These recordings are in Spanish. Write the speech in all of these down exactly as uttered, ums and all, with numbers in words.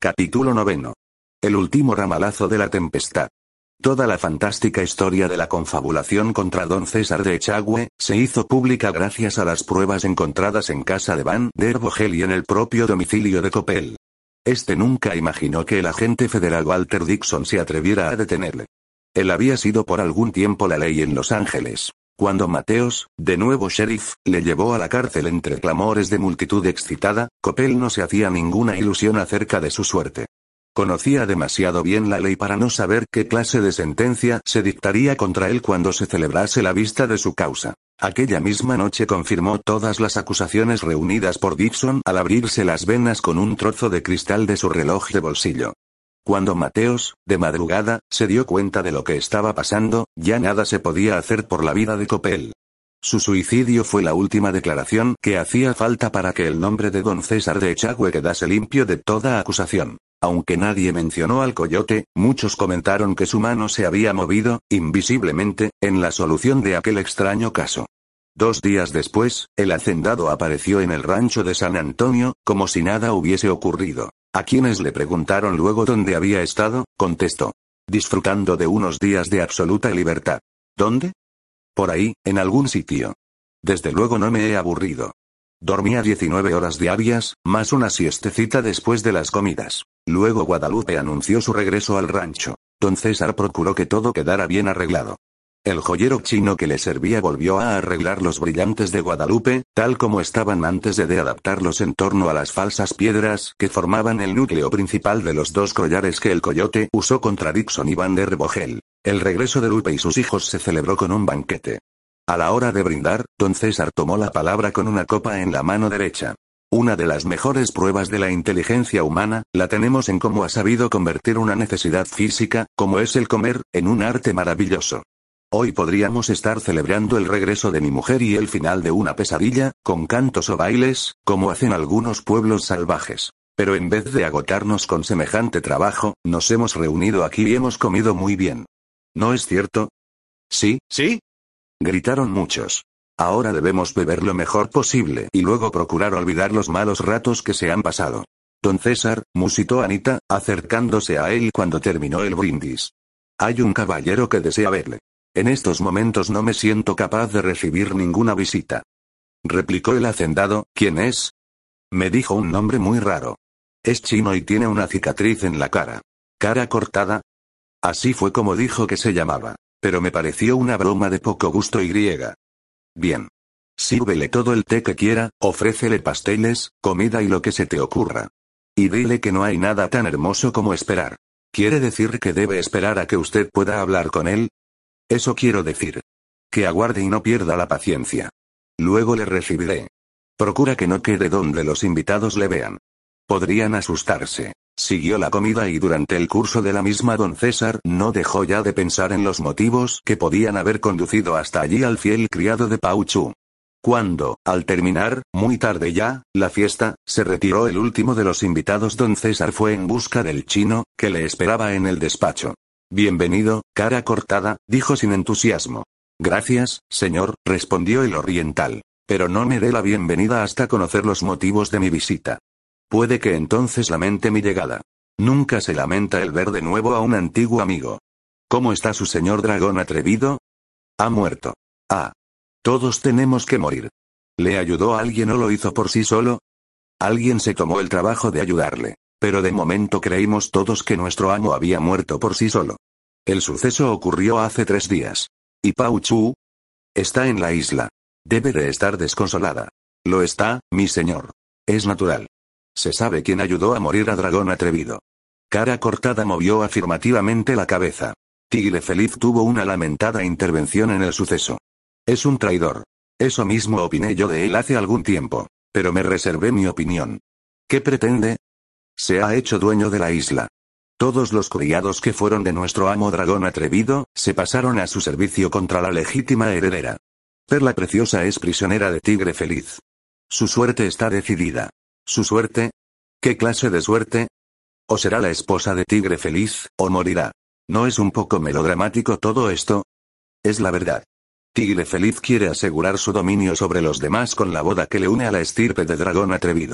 Capítulo noveno. El último ramalazo de la tempestad. Toda la fantástica historia de la confabulación contra don César de Echagüe, se hizo pública gracias a las pruebas encontradas en casa de Van der Vogel y en el propio domicilio de Coppel. Este nunca imaginó que el agente federal Walter Dixon se atreviera a detenerle. Él había sido por algún tiempo la ley en Los Ángeles. Cuando Mateos, de nuevo sheriff, le llevó a la cárcel entre clamores de multitud excitada, Coppel no se hacía ninguna ilusión acerca de su suerte. Conocía demasiado bien la ley para no saber qué clase de sentencia se dictaría contra él cuando se celebrase la vista de su causa. Aquella misma noche confirmó todas las acusaciones reunidas por Dixon al abrirse las venas con un trozo de cristal de su reloj de bolsillo. Cuando Mateos, de madrugada, se dio cuenta de lo que estaba pasando, ya nada se podía hacer por la vida de Coppel. Su suicidio fue la última declaración que hacía falta para que el nombre de don César de Echagüe quedase limpio de toda acusación. Aunque nadie mencionó al coyote, muchos comentaron que su mano se había movido, invisiblemente, en la solución de aquel extraño caso. Dos días después, el hacendado apareció en el rancho de San Antonio, como si nada hubiese ocurrido. A quienes le preguntaron luego dónde había estado, contestó: disfrutando de unos días de absoluta libertad. ¿Dónde? Por ahí, en algún sitio. Desde luego no me he aburrido. Dormía diecinueve horas diarias, más una siestecita después de las comidas. Luego Guadalupe anunció su regreso al rancho. Don César procuró que todo quedara bien arreglado. El joyero chino que le servía volvió a arreglar los brillantes de Guadalupe, tal como estaban antes de, de adaptarlos en torno a las falsas piedras que formaban el núcleo principal de los dos collares que el coyote usó contra Dixon y Van der Vogel. El regreso de Lupe y sus hijos se celebró con un banquete. A la hora de brindar, don César tomó la palabra con una copa en la mano derecha. Una de las mejores pruebas de la inteligencia humana, la tenemos en cómo ha sabido convertir una necesidad física, como es el comer, en un arte maravilloso. Hoy podríamos estar celebrando el regreso de mi mujer y el final de una pesadilla, con cantos o bailes, como hacen algunos pueblos salvajes. Pero en vez de agotarnos con semejante trabajo, nos hemos reunido aquí y hemos comido muy bien. ¿No es cierto? ¿Sí? ¿Sí? Gritaron muchos. Ahora debemos beber lo mejor posible y luego procurar olvidar los malos ratos que se han pasado. Don César, musitó Anita, acercándose a él cuando terminó el brindis. Hay un caballero que desea verle. En estos momentos no me siento capaz de recibir ninguna visita. Replicó el hacendado. ¿Quién es? Me dijo un nombre muy raro. Es chino y tiene una cicatriz en la cara. ¿Cara cortada? Así fue como dijo que se llamaba. Pero me pareció una broma de poco gusto y griega. Bien. Sírvele todo el té que quiera, ofrécele pasteles, comida y lo que se te ocurra. Y dile que no hay nada tan hermoso como esperar. ¿Quiere decir que debe esperar a que usted pueda hablar con él? Eso quiero decir. Que aguarde y no pierda la paciencia. Luego le recibiré. Procura que no quede donde los invitados le vean. Podrían asustarse. Siguió la comida y durante el curso de la misma don César no dejó ya de pensar en los motivos que podían haber conducido hasta allí al fiel criado de Pau Chu. Cuando, al terminar, muy tarde ya, la fiesta, se retiró el último de los invitados, don César fue en busca del chino, que le esperaba en el despacho. Bienvenido, cara cortada, dijo sin entusiasmo. Gracias, señor, respondió el oriental. Pero no me dé la bienvenida hasta conocer los motivos de mi visita. Puede que entonces lamente mi llegada. Nunca se lamenta el ver de nuevo a un antiguo amigo. ¿Cómo está su señor dragón atrevido? Ha muerto. Ah. Todos tenemos que morir. ¿Le ayudó a alguien o lo hizo por sí solo? Alguien se tomó el trabajo de ayudarle. Pero de momento creímos todos que nuestro amo había muerto por sí solo. El suceso ocurrió hace tres días. ¿Y Pau Chu? Está en la isla. Debe de estar desconsolada. Lo está, mi señor. Es natural. Se sabe quién ayudó a morir a Dragón Atrevido. Cara Cortada movió afirmativamente la cabeza. Tigre Feliz tuvo una lamentada intervención en el suceso. Es un traidor. Eso mismo opiné yo de él hace algún tiempo. Pero me reservé mi opinión. ¿Qué pretende? Se ha hecho dueño de la isla. Todos los criados que fueron de nuestro amo Dragón Atrevido, se pasaron a su servicio contra la legítima heredera. Perla Preciosa es prisionera de Tigre Feliz. Su suerte está decidida. ¿Su suerte? ¿Qué clase de suerte? O será la esposa de Tigre Feliz, o morirá. ¿No es un poco melodramático todo esto? Es la verdad. Tigre Feliz quiere asegurar su dominio sobre los demás con la boda que le une a la estirpe de Dragón Atrevido.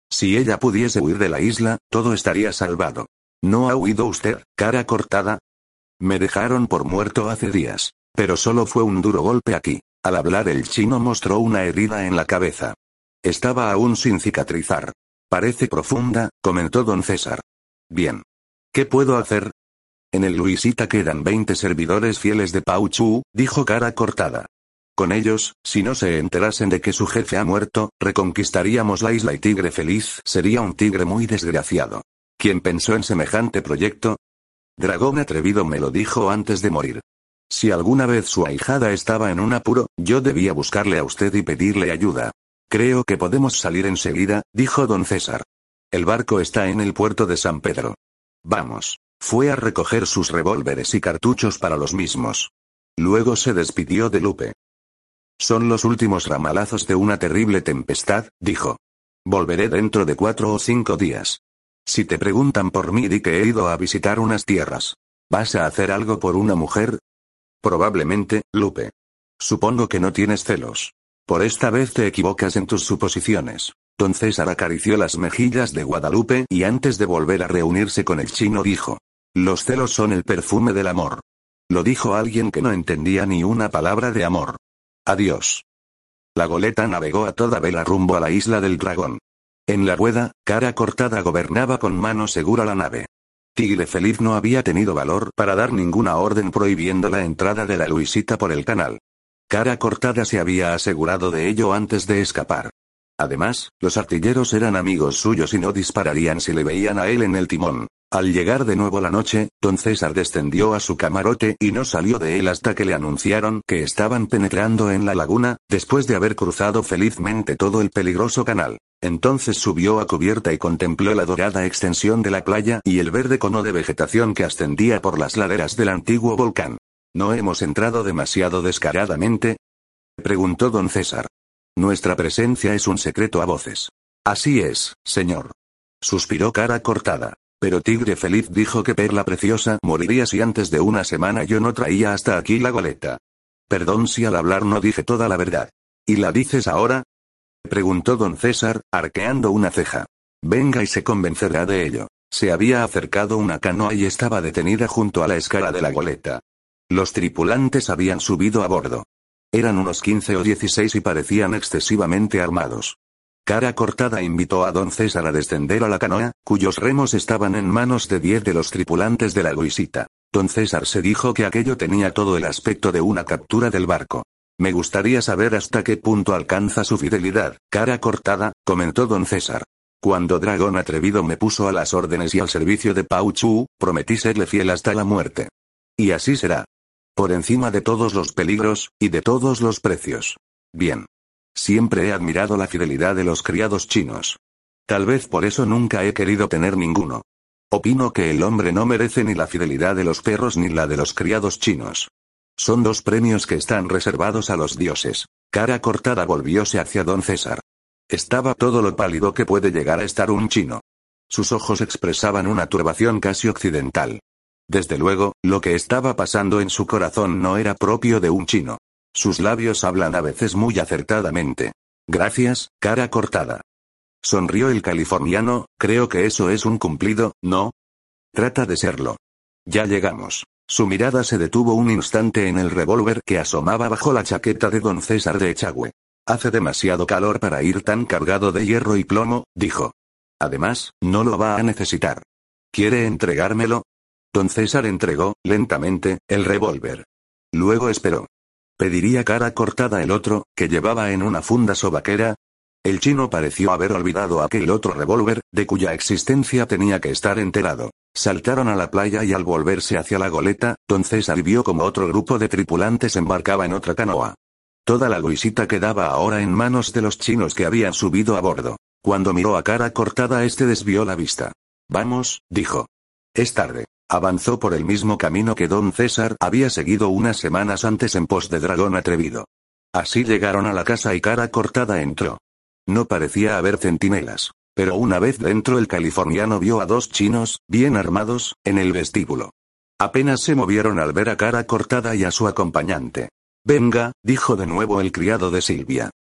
Si ella pudiese huir de la isla, todo estaría salvado. ¿No ha huido usted, cara cortada? Me dejaron por muerto hace días. Pero solo fue un duro golpe aquí. Al hablar el chino mostró una herida en la cabeza. Estaba aún sin cicatrizar. Parece profunda, comentó don César. Bien. ¿Qué puedo hacer? En el Luisita quedan veinte servidores fieles de Pau Chu, dijo cara cortada. Con ellos, si no se enterasen de que su jefe ha muerto, reconquistaríamos la isla y Tigre Feliz sería un tigre muy desgraciado. ¿Quién pensó en semejante proyecto? Dragón Atrevido me lo dijo antes de morir. Si alguna vez su ahijada estaba en un apuro, yo debía buscarle a usted y pedirle ayuda. Creo que podemos salir enseguida, dijo don César. El barco está en el puerto de San Pedro. Vamos. Fue a recoger sus revólveres y cartuchos para los mismos. Luego se despidió de Lupe. Son los últimos ramalazos de una terrible tempestad, dijo. Volveré dentro de cuatro o cinco días. Si te preguntan por mí, di que he ido a visitar unas tierras. ¿Vas a hacer algo por una mujer? Probablemente, Lupe. Supongo que no tienes celos. Por esta vez te equivocas en tus suposiciones. Don César acarició las mejillas de Guadalupe y antes de volver a reunirse con el chino dijo. Los celos son el perfume del amor. Lo dijo alguien que no entendía ni una palabra de amor. Adiós. La goleta navegó a toda vela rumbo a la isla del dragón. En la rueda, cara cortada gobernaba con mano segura la nave. Tigre Feliz no había tenido valor para dar ninguna orden prohibiendo la entrada de la Luisita por el canal. Cara cortada se había asegurado de ello antes de escapar. Además, los artilleros eran amigos suyos y no dispararían si le veían a él en el timón. Al llegar de nuevo la noche, don César descendió a su camarote y no salió de él hasta que le anunciaron que estaban penetrando en la laguna, después de haber cruzado felizmente todo el peligroso canal. Entonces subió a cubierta y contempló la dorada extensión de la playa y el verde cono de vegetación que ascendía por las laderas del antiguo volcán. ¿No hemos entrado demasiado descaradamente?, preguntó don César. Nuestra presencia es un secreto a voces. Así es, señor. Suspiró cara cortada. Pero Tigre Feliz dijo que Perla Preciosa moriría si antes de una semana yo no traía hasta aquí la goleta. Perdón si al hablar no dije toda la verdad. ¿Y la dices ahora?, preguntó don César, arqueando una ceja. Venga y se convencerá de ello. Se había acercado una canoa y estaba detenida junto a la escala de la goleta. Los tripulantes habían subido a bordo. Eran unos quince o dieciséis y parecían excesivamente armados. Cara cortada invitó a don César a descender a la canoa, cuyos remos estaban en manos de diez de los tripulantes de la Luisita. Don César se dijo que aquello tenía todo el aspecto de una captura del barco. Me gustaría saber hasta qué punto alcanza su fidelidad, cara cortada, comentó don César. Cuando Dragón Atrevido me puso a las órdenes y al servicio de Pau Chu, prometí serle fiel hasta la muerte. Y así será. Por encima de todos los peligros, y de todos los precios. Bien. Siempre he admirado la fidelidad de los criados chinos. Tal vez por eso nunca he querido tener ninguno. Opino que el hombre no merece ni la fidelidad de los perros ni la de los criados chinos. Son dos premios que están reservados a los dioses. Cara cortada volvióse hacia don César. Estaba todo lo pálido que puede llegar a estar un chino. Sus ojos expresaban una turbación casi occidental. Desde luego, lo que estaba pasando en su corazón no era propio de un chino. Sus labios hablan a veces muy acertadamente. Gracias, cara cortada. Sonrió el californiano, creo que eso es un cumplido, ¿no? Trata de serlo. Ya llegamos. Su mirada se detuvo un instante en el revólver que asomaba bajo la chaqueta de don César de Echagüe. Hace demasiado calor para ir tan cargado de hierro y plomo, dijo. Además, no lo va a necesitar. ¿Quiere entregármelo? Don César entregó, lentamente, el revólver. Luego esperó. ¿Pediría cara cortada el otro, que llevaba en una funda sobaquera? El chino pareció haber olvidado aquel otro revólver, de cuya existencia tenía que estar enterado. Saltaron a la playa y al volverse hacia la goleta, don César vio como otro grupo de tripulantes embarcaba en otra canoa. Toda la Luisita quedaba ahora en manos de los chinos que habían subido a bordo. Cuando miró a cara cortada este desvió la vista. Vamos, dijo. Es tarde. Avanzó por el mismo camino que don César había seguido unas semanas antes en pos de Dragón Atrevido. Así llegaron a la casa y cara cortada entró. No parecía haber centinelas. Pero una vez dentro el californiano vio a dos chinos, bien armados, en el vestíbulo. Apenas se movieron al ver a cara cortada y a su acompañante. Venga, dijo de nuevo el criado de Silvia.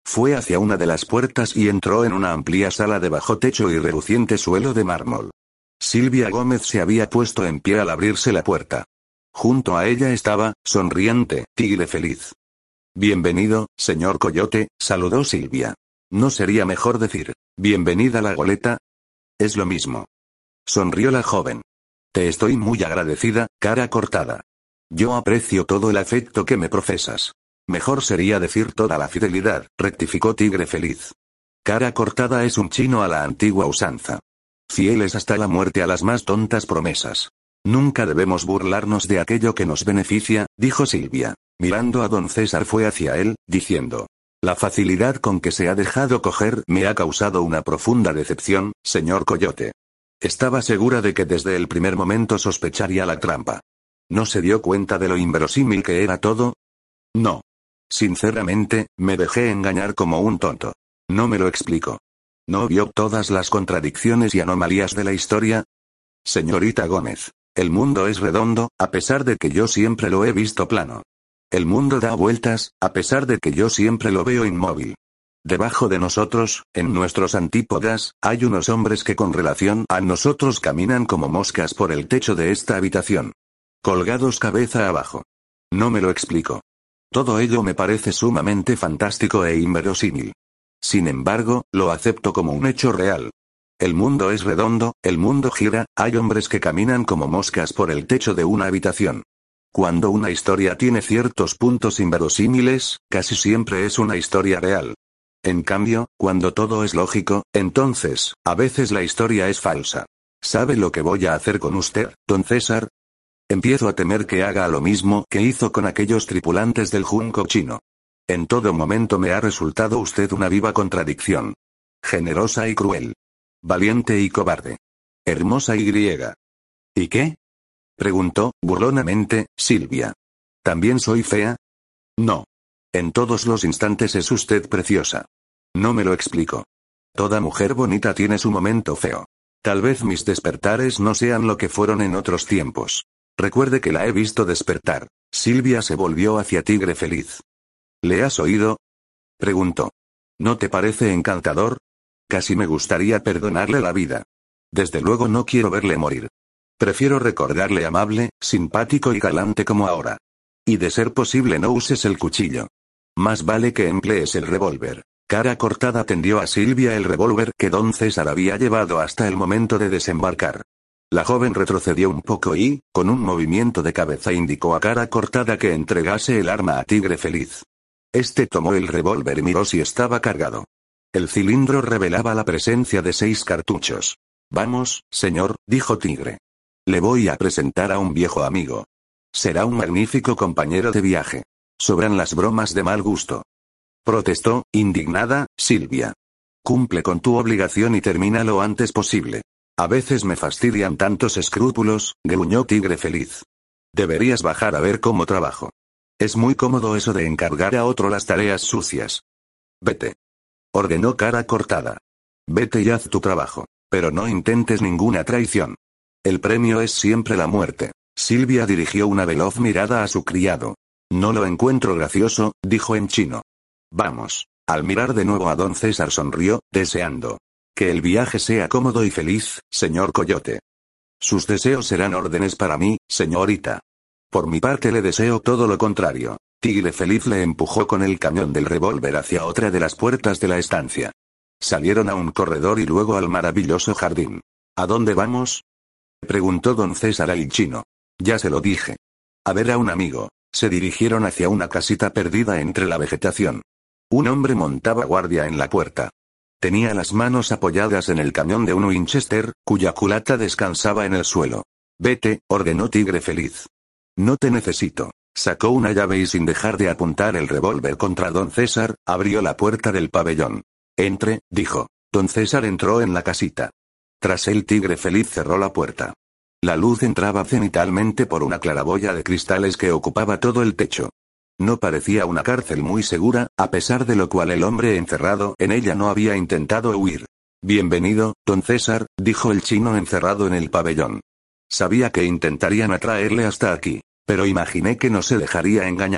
Fue hacia una de las puertas y entró en una amplia sala de bajo techo y reluciente suelo de mármol. Silvia Gómez se había puesto en pie al abrirse la puerta. Junto a ella estaba, sonriente, Tigre Feliz. Bienvenido, señor Coyote, saludó Silvia. ¿No sería mejor decir, bienvenida la goleta? Es lo mismo. Sonrió la joven. Te estoy muy agradecida, cara cortada. Yo aprecio todo el afecto que me profesas. Mejor sería decir toda la fidelidad, rectificó Tigre Feliz. Cara cortada es un chino a la antigua usanza. Fieles hasta la muerte a las más tontas promesas. Nunca debemos burlarnos de aquello que nos beneficia, dijo Silvia. Mirando a don César fue hacia él, diciendo. La facilidad con que se ha dejado coger me ha causado una profunda decepción, señor Coyote. Estaba segura de que desde el primer momento sospecharía la trampa. ¿No se dio cuenta de lo inverosímil que era todo? No. Sinceramente, me dejé engañar como un tonto. No me lo explico. ¿No vio todas las contradicciones y anomalías de la historia? Señorita Gómez, el mundo es redondo, a pesar de que yo siempre lo he visto plano. El mundo da vueltas, a pesar de que yo siempre lo veo inmóvil. Debajo de nosotros, en nuestros antípodas, hay unos hombres que con relación a nosotros caminan como moscas por el techo de esta habitación. Colgados cabeza abajo. No me lo explico. Todo ello me parece sumamente fantástico e inverosímil. Sin embargo, lo acepto como un hecho real. El mundo es redondo, el mundo gira, hay hombres que caminan como moscas por el techo de una habitación. Cuando una historia tiene ciertos puntos inverosímiles, casi siempre es una historia real. En cambio, cuando todo es lógico, entonces, a veces la historia es falsa. ¿Sabe lo que voy a hacer con usted, don César? Empiezo a temer que haga lo mismo que hizo con aquellos tripulantes del junco chino. En todo momento me ha resultado usted una viva contradicción. Generosa y cruel. Valiente y cobarde. Hermosa y griega. ¿Y qué? Preguntó, burlonamente, Silvia. ¿También soy fea? No. En todos los instantes es usted preciosa. No me lo explico. Toda mujer bonita tiene su momento feo. Tal vez mis despertares no sean lo que fueron en otros tiempos. Recuerde que la he visto despertar. Silvia se volvió hacia Tigre Feliz. ¿Le has oído? Preguntó. ¿No te parece encantador? Casi me gustaría perdonarle la vida. Desde luego no quiero verle morir. Prefiero recordarle amable, simpático y galante como ahora. Y de ser posible no uses el cuchillo. Más vale que emplees el revólver. Cara cortada tendió a Silvia el revólver que don César había llevado hasta el momento de desembarcar. La joven retrocedió un poco y, con un movimiento de cabeza indicó a Cara cortada que entregase el arma a Tigre Feliz. Este tomó el revólver y miró si estaba cargado. El cilindro revelaba la presencia de seis cartuchos. Vamos, señor, dijo Tigre. Le voy a presentar a un viejo amigo. Será un magnífico compañero de viaje. Sobran las bromas de mal gusto. Protestó, indignada, Silvia. Cumple con tu obligación y termina lo antes posible. A veces me fastidian tantos escrúpulos, gruñó Tigre Feliz. Deberías bajar a ver cómo trabajo. Es muy cómodo eso de encargar a otro las tareas sucias. Vete. Ordenó Cara cortada. Vete y haz tu trabajo. Pero no intentes ninguna traición. El premio es siempre la muerte. Silvia dirigió una veloz mirada a su criado. No lo encuentro gracioso, dijo en chino. Vamos. Al mirar de nuevo a don César sonrió, deseando. Que el viaje sea cómodo y feliz, señor Coyote. Sus deseos serán órdenes para mí, señorita. Por mi parte le deseo todo lo contrario. Tigre Feliz le empujó con el cañón del revólver hacia otra de las puertas de la estancia. Salieron a un corredor y luego al maravilloso jardín. ¿A dónde vamos? Preguntó don César al chino. Ya se lo dije. A ver a un amigo. Se dirigieron hacia una casita perdida entre la vegetación. Un hombre montaba guardia en la puerta. Tenía las manos apoyadas en el cañón de un Winchester, cuya culata descansaba en el suelo. Vete, ordenó Tigre Feliz. No te necesito. Sacó una llave y sin dejar de apuntar el revólver contra don César, abrió la puerta del pabellón. Entre, dijo. Don César entró en la casita. Tras él Tigre Feliz cerró la puerta. La luz entraba cenitalmente por una claraboya de cristales que ocupaba todo el techo. No parecía una cárcel muy segura, a pesar de lo cual el hombre encerrado en ella no había intentado huir. Bienvenido, don César, dijo el chino encerrado en el pabellón. Sabía que intentarían atraerle hasta aquí, pero imaginé que no se dejaría engañar.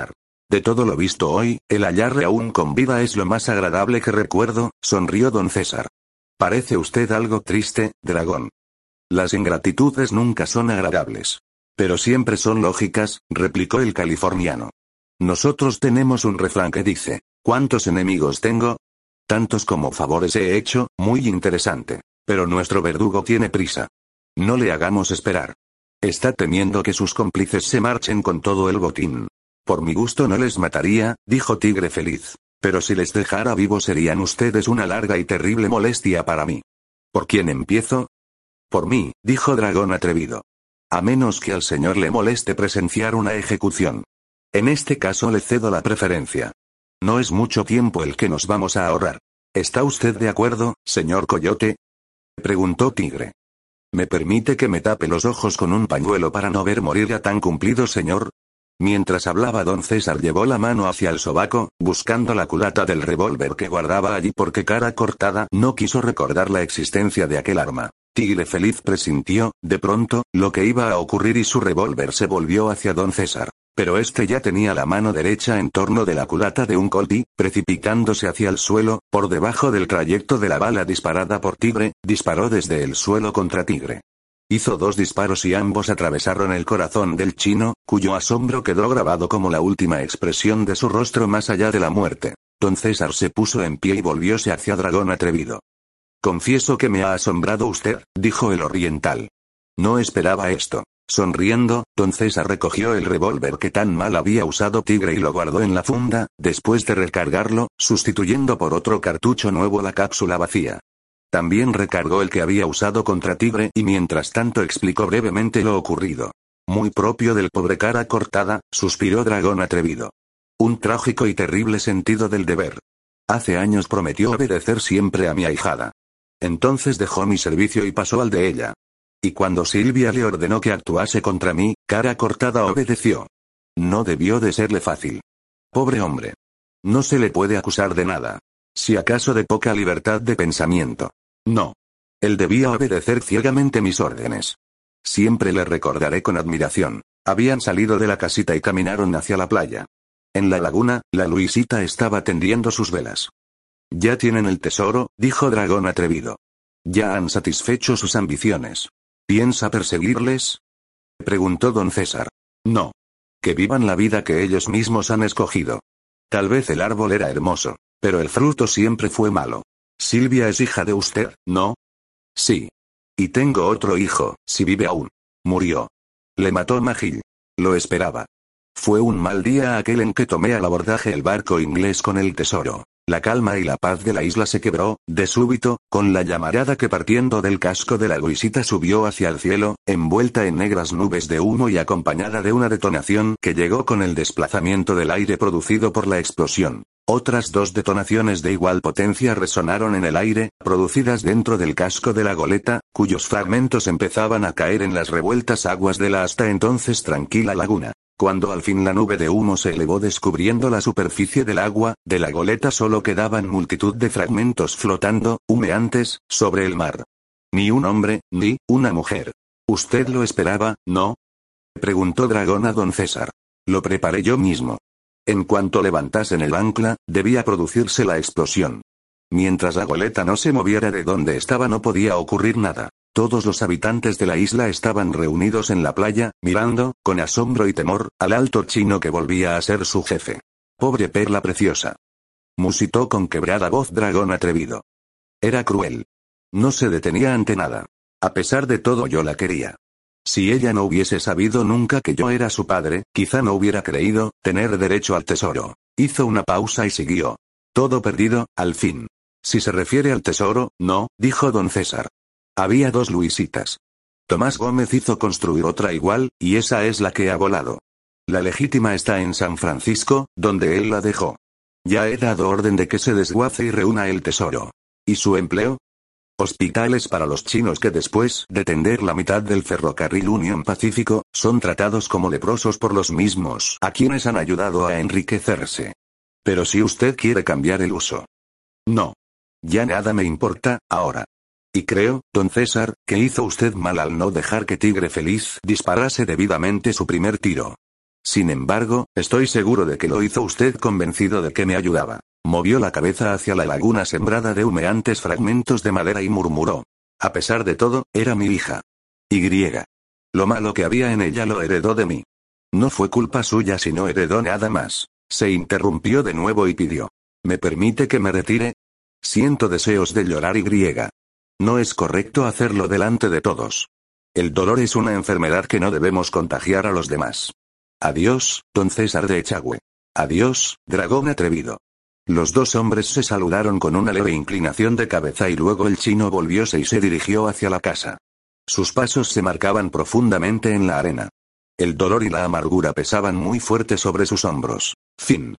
De todo lo visto hoy, el hallarle aún con vida es lo más agradable que recuerdo, sonrió don César. Parece usted algo triste, dragón. Las ingratitudes nunca son agradables. Pero siempre son lógicas, replicó el californiano. Nosotros tenemos un refrán que dice, ¿cuántos enemigos tengo? Tantos como favores he hecho, muy interesante. Pero nuestro verdugo tiene prisa. No le hagamos esperar. Está temiendo que sus cómplices se marchen con todo el botín. Por mi gusto no les mataría, dijo Tigre Feliz. Pero si les dejara vivos serían ustedes una larga y terrible molestia para mí. ¿Por quién empiezo? Por mí, dijo Dragón Atrevido. A menos que al señor le moleste presenciar una ejecución. En este caso le cedo la preferencia. No es mucho tiempo el que nos vamos a ahorrar. ¿Está usted de acuerdo, señor Coyote? Preguntó Tigre. ¿Me permite que me tape los ojos con un pañuelo para no ver morir a tan cumplido señor? Mientras hablaba don César llevó la mano hacia el sobaco, buscando la culata del revólver que guardaba allí porque Cara Cortada no quiso recordar la existencia de aquel arma. Tigre Feliz presintió, de pronto, lo que iba a ocurrir y su revólver se volvió hacia don César. Pero este ya tenía la mano derecha en torno de la culata de un colty, precipitándose hacia el suelo, por debajo del trayecto de la bala disparada por Tigre, disparó desde el suelo contra Tigre. Hizo dos disparos y ambos atravesaron el corazón del chino, cuyo asombro quedó grabado como la última expresión de su rostro más allá de la muerte. Don César se puso en pie y volvióse hacia Dragón Atrevido. Confieso que me ha asombrado usted, dijo el oriental. No esperaba esto. Sonriendo, don César recogió el revólver que tan mal había usado Tigre y lo guardó en la funda, después de recargarlo, sustituyendo por otro cartucho nuevo la cápsula vacía. También recargó el que había usado contra Tigre y mientras tanto explicó brevemente lo ocurrido. Muy propio del pobre Cara Cortada, suspiró Dragón Atrevido. Un trágico y terrible sentido del deber. Hace años prometió obedecer siempre a mi ahijada. Entonces dejó mi servicio y pasó al de ella. Y cuando Silvia le ordenó que actuase contra mí, Cara Cortada obedeció. No debió de serle fácil. Pobre hombre. No se le puede acusar de nada. Si acaso de poca libertad de pensamiento. No. Él debía obedecer ciegamente mis órdenes. Siempre le recordaré con admiración. Habían salido de la casita y caminaron hacia la playa. En la laguna, la Luisita estaba tendiendo sus velas. Ya tienen el tesoro, dijo Dragón Atrevido. Ya han satisfecho sus ambiciones. ¿Piensa perseguirles? Preguntó don César. No. Que vivan la vida que ellos mismos han escogido. Tal vez el árbol era hermoso, pero el fruto siempre fue malo. Silvia es hija de usted, ¿no? Sí. Y tengo otro hijo, si vive aún. Murió. Le mató Magil. Lo esperaba. Fue un mal día aquel en que tomé al abordaje el barco inglés con el tesoro. La calma y la paz de la isla se quebró, de súbito, con la llamarada que partiendo del casco de la Luisita subió hacia el cielo, envuelta en negras nubes de humo y acompañada de una detonación que llegó con el desplazamiento del aire producido por la explosión. Otras dos detonaciones de igual potencia resonaron en el aire, producidas dentro del casco de la goleta, cuyos fragmentos empezaban a caer en las revueltas aguas de la hasta entonces tranquila laguna. Cuando al fin la nube de humo se elevó descubriendo la superficie del agua, de la goleta solo quedaban multitud de fragmentos flotando, humeantes, sobre el mar. Ni un hombre, ni una mujer. ¿Usted lo esperaba, no? Preguntó Dragón a don César. Lo preparé yo mismo. En cuanto levantasen el ancla, debía producirse la explosión. Mientras la goleta no se moviera de donde estaba no podía ocurrir nada. Todos los habitantes de la isla estaban reunidos en la playa, mirando, con asombro y temor, al alto chino que volvía a ser su jefe. Pobre perla preciosa. Musitó con quebrada voz Dragón Atrevido. Era cruel. No se detenía ante nada. A pesar de todo yo la quería. Si ella no hubiese sabido nunca que yo era su padre, quizá no hubiera creído tener derecho al tesoro. Hizo una pausa y siguió. Todo perdido, al fin. Si se refiere al tesoro, no, dijo don César. Había dos Luisitas. Tomás Gómez hizo construir otra igual, y esa es la que ha volado. La legítima está en San Francisco, donde él la dejó. Ya he dado orden de que se desguace y reúna el tesoro. ¿Y su empleo? Hospitales para los chinos que después de tender la mitad del ferrocarril Union Pacífico, son tratados como leprosos por los mismos a quienes han ayudado a enriquecerse. Pero si usted quiere cambiar el uso. No. Ya nada me importa, ahora. Y creo, don César, que hizo usted mal al no dejar que Tigre Feliz disparase debidamente su primer tiro. Sin embargo, estoy seguro de que lo hizo usted convencido de que me ayudaba. Movió la cabeza hacia la laguna sembrada de humeantes fragmentos de madera y murmuró. A pesar de todo, era mi hija. Y. Lo malo que había en ella lo heredó de mí. No fue culpa suya si no heredó nada más. Se interrumpió de nuevo y pidió. ¿Me permite que me retire? Siento deseos de llorar y. No es correcto hacerlo delante de todos. El dolor es una enfermedad que no debemos contagiar a los demás. Adiós, don César de Echagüe. Adiós, dragón atrevido. Los dos hombres se saludaron con una leve inclinación de cabeza y luego el chino volvióse y se dirigió hacia la casa. Sus pasos se marcaban profundamente en la arena. El dolor y la amargura pesaban muy fuerte sobre sus hombros. Fin.